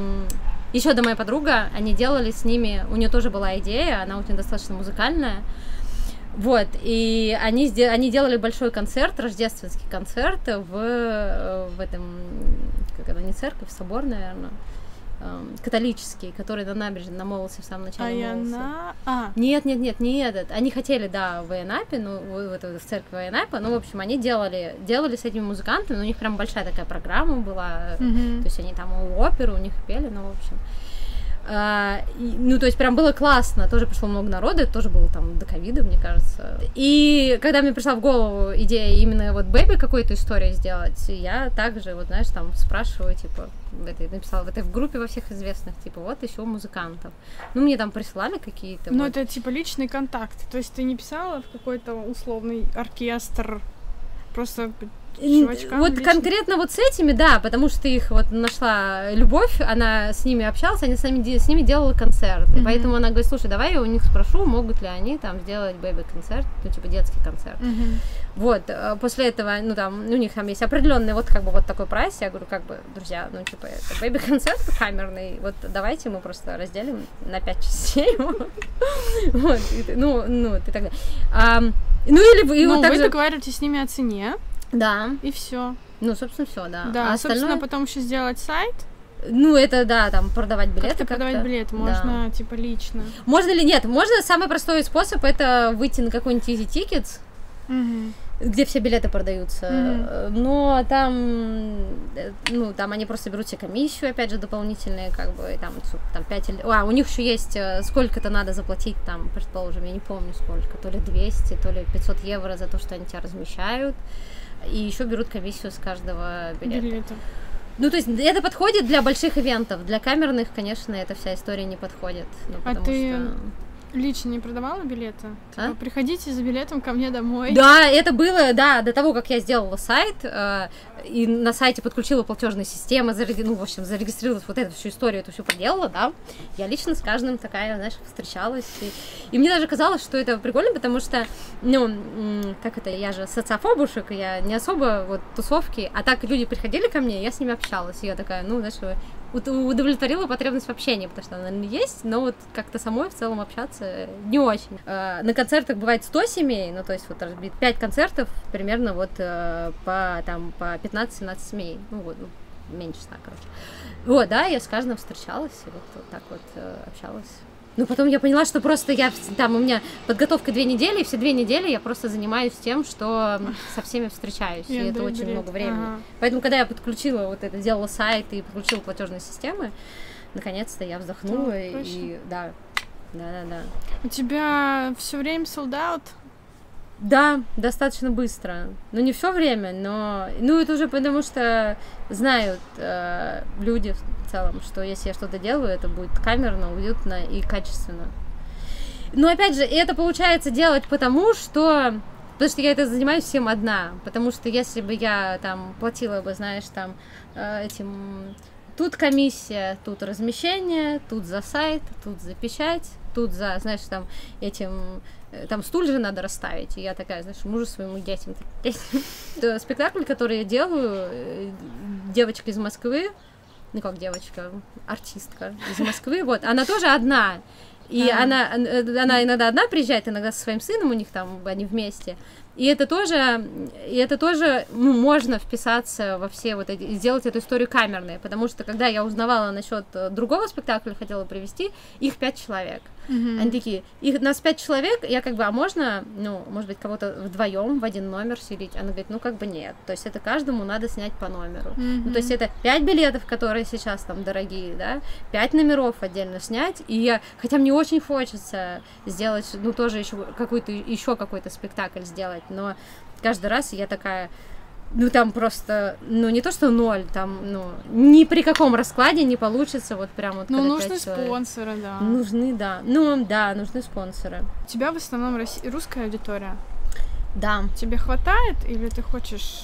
S1: еще одна моя подруга, они делали с ними, у нее тоже была идея, она очень достаточно музыкальная. Вот, и они делали большой концерт, рождественский концерт в этом, как это, не церковь, собор, наверное, католический, который на набережной, на Молосе, в самом начале Молоса. Нет, не этот. Они хотели, да, в Айнапе, в церкви Айнапа, в общем, они делали с этими музыкантами, у них прям большая такая программа была, то есть они там оперу у них пели, в общем. Ну, то есть прям было классно, тоже пришло много народу, это тоже было там до ковида, мне кажется. И когда мне пришла в голову идея именно вот Бэби какой-то истории сделать, я также, вот знаешь, там спрашиваю, типа, написала в группе во всех известных, типа, вот еще музыкантов. Ну, мне там прислали какие-то.
S2: Ну, вот. Это типа личный контакт, то есть ты не писала в какой-то условный оркестр, просто... Чувачкам
S1: вот
S2: лично.
S1: Конкретно вот с этими, да, потому что их вот нашла любовь, она с ними общалась, они с ними делала концерт, и поэтому она говорит, слушай, давай я у них спрошу, могут ли они там сделать бэби-концерт, ну, типа детский концерт. Вот, после этого, ну, там, у них там есть определенный вот как бы вот такой прайс, я говорю, как бы, друзья, ну, типа, это бэби-концерт камерный, вот давайте мы просто разделим на 5 частей, вот, ну, и так далее. Ну, или
S2: вот так же... вы договариваетесь с ними о цене.
S1: Да.
S2: И все.
S1: Ну, собственно, все, да.
S2: Да, собственно, потом еще сделать сайт.
S1: Ну, это, да, там, продавать билеты.
S2: Как-то продавать билеты можно, да. Типа, лично.
S1: Можно или нет? Можно, самый простой способ, это выйти на какой-нибудь Easy Tickets, где все билеты продаются, но там, ну, там они просто берут себе комиссию, опять же, дополнительные, как бы, там 5 или... у них еще есть, сколько-то надо заплатить, там, предположим, я не помню сколько, то ли 200, то ли 500 евро за то, что они тебя размещают, и еще берут комиссию с каждого билета. Ну, то есть это подходит для больших ивентов, для камерных, конечно, эта вся история не подходит, ну, потому что...
S2: Лично не продавала билеты? Типа, приходите за билетом ко мне домой.
S1: Да, это было, да, до того, как я сделала сайт, и на сайте подключила платежные системы, ну, в общем, зарегистрировалась, вот эту всю историю, эту всю проделала, да. Я лично с каждым такая, знаешь, встречалась. И мне даже казалось, что это прикольно, потому что, ну, как это, я же социофобушек, я не особо вот тусовки, а так люди приходили ко мне, я с ними общалась, и я такая, ну, знаешь, удовлетворила потребность в общении, потому что она, наверное, есть, но вот как-то самой в целом общаться не очень. На концертах бывает 100 семей, ну, то есть вот разбит 5 концертов, примерно вот по 15-17 семей, ну, вот, меньше 100, короче. Вот, да, я с каждым встречалась, и вот так вот общалась. Ну, потом я поняла, что просто у меня подготовка 2 недели, и все 2 недели я просто занимаюсь тем, что со всеми встречаюсь, и это очень много времени. Поэтому, когда я подключила вот это, делала сайт и подключила платежные системы, наконец-то я вздохнула, и да.
S2: У тебя все время sold out?
S1: Да, достаточно быстро. Ну, не все время, но... Ну, это уже потому, что знают люди в целом, что если я что-то делаю, это будет камерно, уютно и качественно. Но, опять же, это получается делать потому, что я это занимаюсь всем одна. Потому что если бы я там платила бы, знаешь, там этим... Тут комиссия, тут размещение, тут за сайт, тут за печать, тут за, знаешь, там этим... Там стуль же надо расставить, и я такая, знаешь, мужу своему детям. Спектакль, который я делаю, девочка из Москвы, ну как девочка, артистка из Москвы, вот, она тоже одна, и она иногда одна приезжает, иногда со своим сыном, у них там, они вместе, и это тоже, ну, можно вписаться во все вот эти, сделать эту историю камерной, потому что, когда я узнавала насчет другого спектакля, хотела привести, их 5 человек. Они такие, нас 5 человек, я как бы, а можно, ну, может быть, кого-то вдвоем в один номер селить? Она говорит, ну, как бы нет, то есть это каждому надо снять по номеру. Ну, то есть это 5 билетов, которые сейчас там дорогие, да, 5 номеров отдельно снять, и хотя мне очень хочется сделать, ну, тоже еще какой-то спектакль сделать, но каждый раз я такая... Ну, там просто, ну, не то, что 0, там, ну, ни при каком раскладе не получится, вот прям вот.
S2: Ну, нужны спонсоры, да.
S1: Нужны, да. Ну, да, нужны спонсоры.
S2: У тебя в основном русская аудитория?
S1: Да.
S2: Тебе хватает или ты хочешь...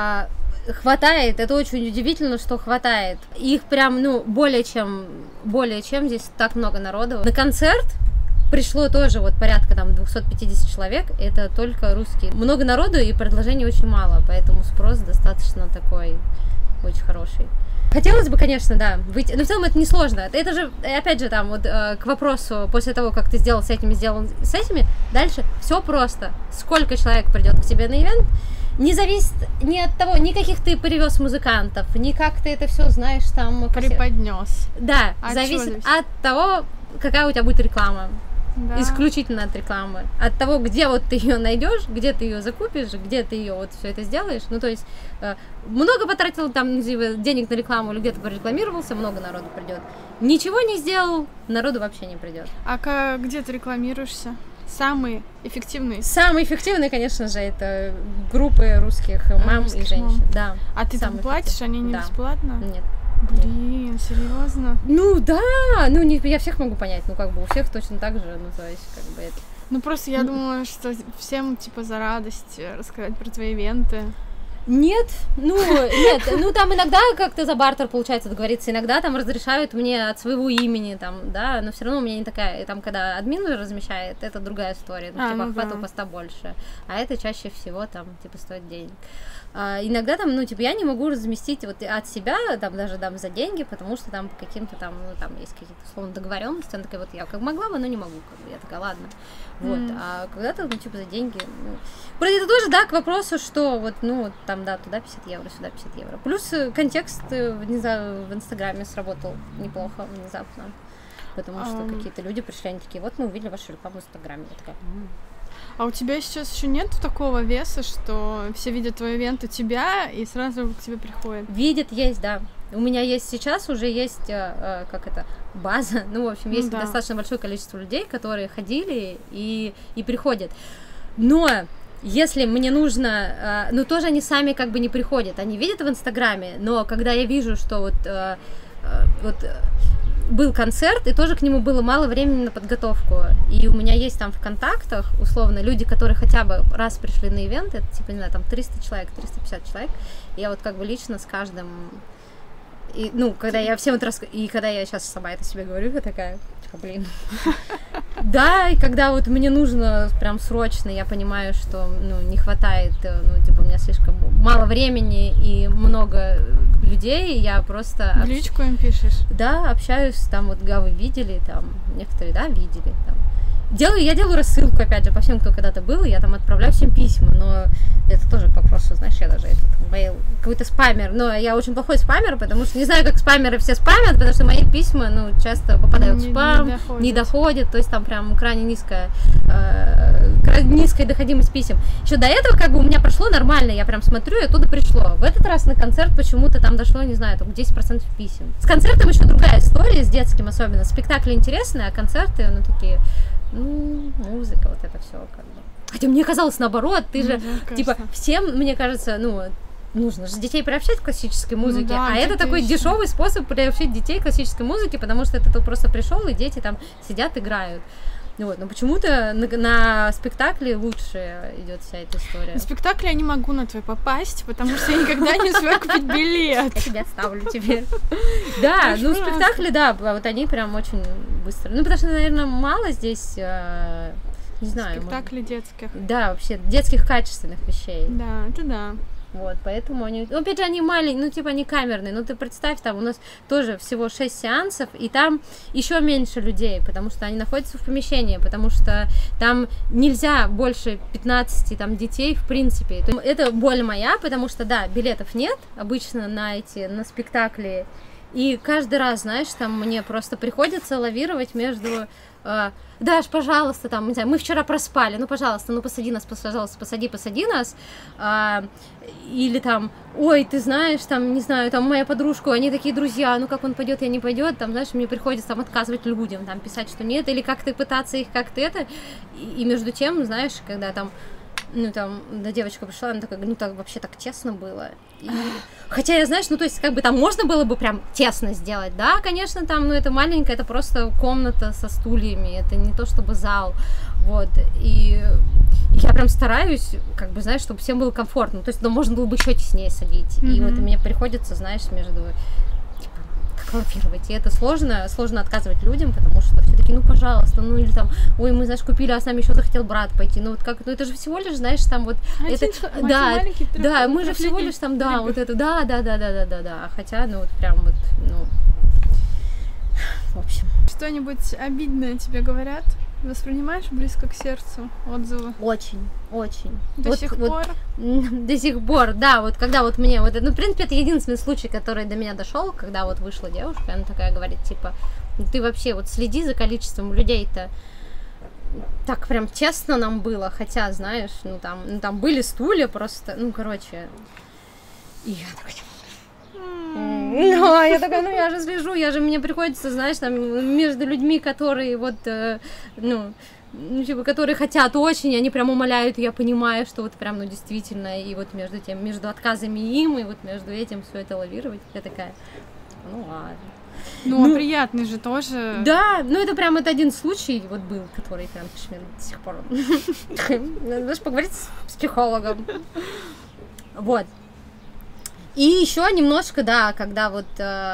S1: Хватает, это очень удивительно, что хватает. Их прям, ну, более чем здесь так много народу. На концерт пришло тоже вот порядка там 250 человек, это только русские. Много народу и предложений очень мало, поэтому спрос достаточно такой очень хороший. Хотелось бы, конечно, да, выйти, но в целом это несложно. Это же, опять же, там вот к вопросу, после того, как ты сделал с этими, дальше все просто. Сколько человек придет к тебе на ивент, не зависит ни от того, ни каких ты привез музыкантов, ни как ты это все знаешь там.
S2: Преподнес.
S1: Да, зависит от того, какая у тебя будет реклама.
S2: Да.
S1: Исключительно от рекламы. От того, где вот ты ее найдешь, где ты ее закупишь, где ты ее вот все это сделаешь. Ну, то есть много потратил там денег на рекламу или где-то прорекламировался, много народу придет. Ничего не сделал, народу вообще не придет.
S2: А где ты рекламируешься? Самый эффективный?
S1: Самый эффективный, конечно же, это группы русских мам и женщин. Да.
S2: А ты там платишь, они не бесплатно?
S1: Нет.
S2: Блин, серьезно?
S1: Ну да, ну не, я всех могу понять, ну как бы у всех точно так же, ну то есть как бы это...
S2: Ну просто я думала, что всем типа за радость рассказать про твои ивенты.
S1: Нет, ну там иногда как-то за бартер получается договориться, иногда там разрешают мне от своего имени, там, да, но все равно у меня не такая, там, когда админ размещает, это другая история, ну, типа, охват у поста больше, а это чаще всего, там, типа, стоит денег. Иногда там, ну, типа, я не могу разместить вот от себя, там, даже дам за деньги, потому что там по каким-то там, ну, там есть какие-то, условно, договоренности, она такая, вот я как могла бы, но не могу, как бы, я такая, ладно, вот, а когда-то, ну, типа, за деньги, ну, вроде это тоже, да, к вопросу, что вот, ну, там, да, туда 50 евро, сюда 50 евро, плюс контекст, не знаю, в Инстаграме сработал неплохо, внезапно, потому что какие-то люди пришли, они такие, вот мы увидели вашу рекламу в Инстаграме, я такая,
S2: А у тебя сейчас еще нет такого веса, что все видят твой ивент у тебя и сразу к тебе приходят?
S1: Видят, есть, да. У меня есть сейчас уже есть, база, ну, в общем, есть достаточно большое количество людей, которые ходили и приходят. Но если мне нужно, ну, тоже они сами как бы не приходят, они видят в Инстаграме, но когда я вижу, что вот был концерт, и тоже к нему было мало времени на подготовку. И у меня есть там в контактах, условно, люди, которые хотя бы раз пришли на ивент, это типа, не знаю, там 300 человек, 350 человек. И я вот как бы лично с каждым... И, ну, когда я всем это и когда я сейчас сама это себе говорю, я такая, типа, блин. Да, и когда вот мне нужно прям срочно, я понимаю, что, ну, не хватает, ну, типа, у меня слишком мало времени и много людей, я просто...
S2: В личку им пишешь?
S1: Да, общаюсь, там, вот, вы видели, там, некоторые, да, видели, там. Я делаю рассылку, опять же, по всем, кто когда-то был, я там отправляю всем письма, но это тоже к вопросу, знаешь, я даже какой-то спамер, но я очень плохой спамер, потому что не знаю, как спамеры все спамят, потому что мои письма, ну, часто попадают в спам, не доходят, то есть там прям крайне низкая доходимость писем. Еще до этого как бы у меня прошло нормально, я прям смотрю, и оттуда пришло. В этот раз на концерт почему-то там дошло, не знаю, только 10% писем. С концертом еще другая история, с детским особенно. Спектакли интересные, а концерты, ну, такие... Ну, музыка, вот это все как бы. Хотя мне казалось наоборот, ты же, типа, всем, мне кажется, ну, нужно же детей приобщать к классической музыке,
S2: ну, да,
S1: а это такой дешевый способ приобщить детей к классической музыке, потому что ты просто пришел, и дети там сидят, играют. Вот, но почему-то на спектакле лучше идет вся эта история.
S2: На спектакле я не могу на твой попасть, потому что я никогда не успею купить билет.
S1: Я тебя оставлю теперь. Да, ну спектакли, да, вот они прям очень быстро. Ну, потому что, наверное, мало здесь, не знаю.
S2: Спектаклей детских.
S1: Да, вообще, детских качественных вещей.
S2: Да, это да.
S1: Вот, поэтому они... Ну, опять же, они маленькие, ну, типа, они камерные. Ну, ты представь, там у нас тоже всего 6 сеансов, и там еще меньше людей, потому что они находятся в помещении, потому что там нельзя больше 15 там, детей, в принципе. То есть, это боль моя, потому что, да, билетов нет обычно на спектакли, и каждый раз, знаешь, там мне просто приходится лавировать между... Даш, пожалуйста, там, не знаю, мы вчера проспали, ну, пожалуйста, ну, посади нас, пожалуйста, посади нас, или там, ой, ты знаешь, там, не знаю, там, моя подружка, они такие друзья, ну, как он пойдет, я не пойдет, там, знаешь, мне приходится там отказывать людям, там, писать, что нет, или как-то пытаться их как-то это, и между тем, знаешь, когда там, ну, там, да, девочка пришла, она такая, ну, так вообще так тесно было. И... Хотя, я, знаешь, ну, то есть, как бы там можно было бы прям тесно сделать, да, конечно, там, ну, это маленькая, это просто комната со стульями, это не то чтобы зал, вот, и я прям стараюсь, как бы, знаешь, чтобы всем было комфортно, то есть, ну, можно было бы еще теснее садить, и вот мне приходится, знаешь, между... лавировать, и это сложно отказывать людям, потому что все таки, ну, пожалуйста, ну, или там, ой, мы, знаешь, купили, а с нами еще захотел брат пойти, ну, вот как, ну, это же всего лишь, знаешь, там вот, это, да, мы же всего лишь там, да, вот это, да, хотя, ну, вот прям вот, ну, в общем.
S2: Что-нибудь обидное тебе говорят? Воспринимаешь близко к сердцу отзывы?
S1: Очень.
S2: До сих пор?
S1: До сих пор, да, вот когда вот мне, вот, ну, в принципе, это единственный случай, который до меня дошел, когда вот вышла девушка, она такая говорит, типа, ты вообще вот следи за количеством людей-то, так прям тесно нам было, хотя, знаешь, там были стулья просто, короче, и я такая... я такая, я же слежу, мне приходится, знаешь, там, между людьми, которые вот, которые хотят очень, они прям умоляют, я понимаю, что вот прям, действительно, и вот между отказами им, и вот между этим все это лавировать, я такая, ладно.
S2: Приятный же тоже.
S1: Да, это прям один случай вот был, который прям до сих пор. Надо поговорить с психологом. Вот. И еще немножко, да, когда вот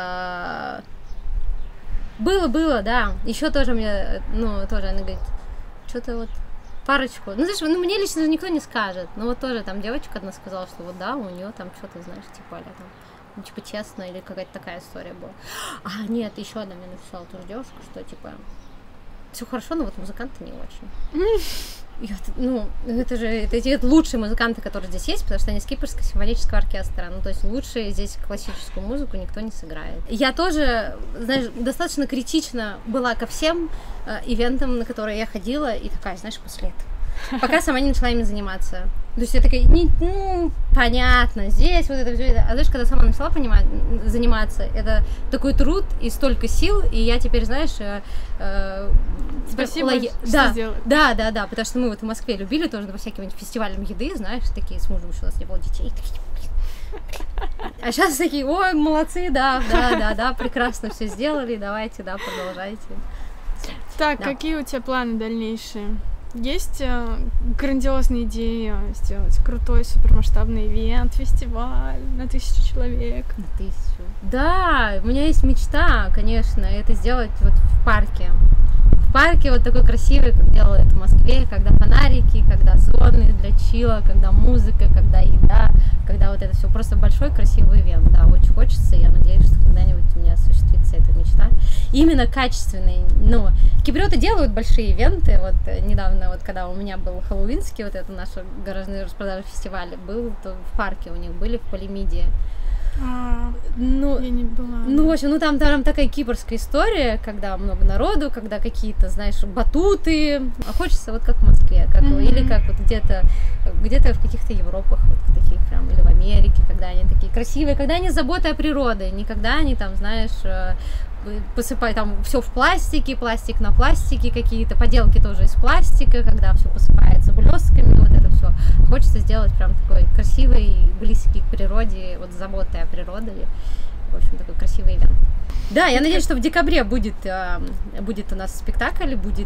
S1: было, да. Еще тоже мне, тоже она говорит, что-то вот парочку. Знаешь, мне лично никто не скажет. Вот тоже там девочка одна сказала, что вот да, у нее там что-то, знаешь, типа, там, честно, или какая-то такая история была. Нет, еще одна мне написала тоже девушка, что типа все хорошо, но вот музыканты не очень. Это лучшие музыканты, которые здесь есть, потому что они с Кипрского симфонического оркестра. То есть лучшие здесь классическую музыку никто не сыграет. Я тоже, знаешь, достаточно критично была ко всем ивентам, на которые я ходила, и такая, знаешь, после этого. Пока сама не начала ими заниматься. То есть я такая, понятно, здесь вот это все. А знаешь, когда сама начала заниматься, это такой труд и столько сил, и я теперь, знаешь...
S2: Спасибо, что сделали.
S1: Да, потому что мы вот в Москве любили тоже по всяким фестивалям еды, знаешь, такие с мужем, что у нас не было детей, а сейчас такие, ой, молодцы, да, прекрасно все сделали, давайте, да, продолжайте.
S2: Так, какие у тебя планы дальнейшие? Есть грандиозные идеи сделать крутой супермасштабный ивент, фестиваль на 1000 человек?
S1: На 1000. Да, у меня есть мечта, конечно, это сделать вот в парке. В парке вот такой красивый, как делают в Москве, когда фонарики, когда зоны для чила, когда музыка, когда еда, когда вот это все просто большой красивый ивент. Да, очень хочется, я надеюсь, что когда-нибудь у меня осуществится эта мечта. Именно качественный. Киприоты делают большие ивенты. Вот недавно, вот когда у меня был хэллоуинский, вот это наш гаражный распродажи фестиваль, был то в парке у них были в Полимиде.
S2: Я не была.
S1: В общем, там такая кипрская история, когда много народу, когда какие-то, знаешь, батуты. А хочется вот как в Москве, или как вот где-то в каких-то Европах, вот в таких прям, или в Америке, когда они такие красивые, когда они с заботой о природе, никогда они там, знаешь, посыпают там все в пластике, пластик на пластике, какие-то поделки тоже из пластика, когда все посыпается блестками, вот это все. Хочется сделать прям такой красивый, близкий к природе, вот с заботой о природе. В общем, такой красивый ивент. Да, я надеюсь, что в декабре будет у нас спектакль, будет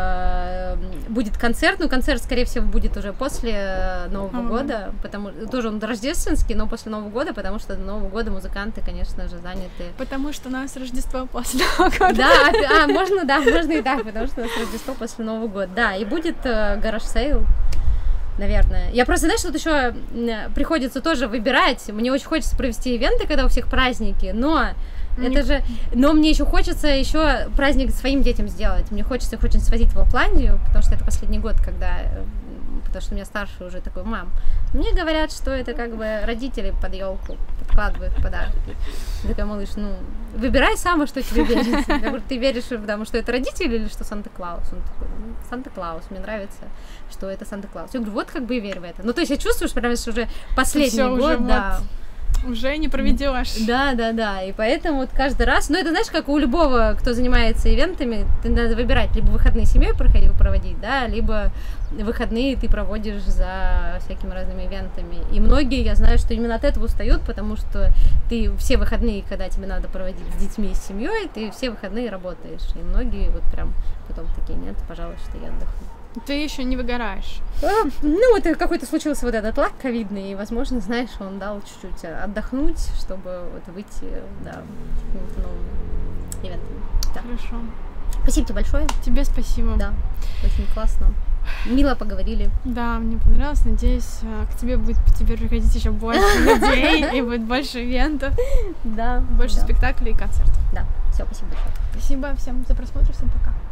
S1: концерт. Концерт, скорее всего, будет уже после Нового года, потому тоже он рождественский, но после Нового года, потому что до Нового года музыканты, конечно же, заняты.
S2: Потому что у нас Рождество после Нового года.
S1: Да, можно и так, потому что у нас Рождество после Нового года. Да, и будет гараж-сейл. Наверное. Я просто, знаешь, тут еще приходится тоже выбирать. Мне очень хочется провести ивенты, когда у всех праздники, но мне еще хочется еще праздник своим детям сделать. Мне хочется их очень свозить в Лапландию, потому что это последний год, потому что у меня старший уже такой, мам, мне говорят, что это как бы родители под елку подкладывают подарки. Я такая, малыш, выбирай сама, что тебе верится. Я говорю, ты веришь, потому что это родители или что Санта-Клаус? Он такой, Санта-Клаус, мне нравится, что это Санта-Клаус. Я говорю, вот как бы и верь в это. То есть я чувствую, что прям уже последний год, да.
S2: Уже не проведешь.
S1: Да, и поэтому вот каждый раз, это знаешь, как у любого, кто занимается ивентами, ты надо выбирать, либо выходные с семьей проводить, да, либо выходные ты проводишь за всякими разными ивентами. И многие, я знаю, что именно от этого устают, потому что ты все выходные, когда тебе надо проводить с детьми и с семьей, ты все выходные работаешь. И многие вот прям потом такие, нет, пожалуйста, я отдохну.
S2: Ты еще не выгораешь.
S1: Вот какой-то случился вот этот лак ковидный, и, возможно, знаешь, он дал чуть-чуть отдохнуть, чтобы вот выйти, да, к каким-то новым ивентам. Да.
S2: Хорошо.
S1: Спасибо тебе большое.
S2: Тебе спасибо.
S1: Да, очень классно. Мило поговорили.
S2: Да, мне понравилось. Надеюсь, к тебе будет теперь приходить еще больше людей, и будет больше ивентов.
S1: Да.
S2: Больше спектаклей и концертов.
S1: Да. Все, спасибо большое.
S2: Спасибо всем за просмотр. Всем пока.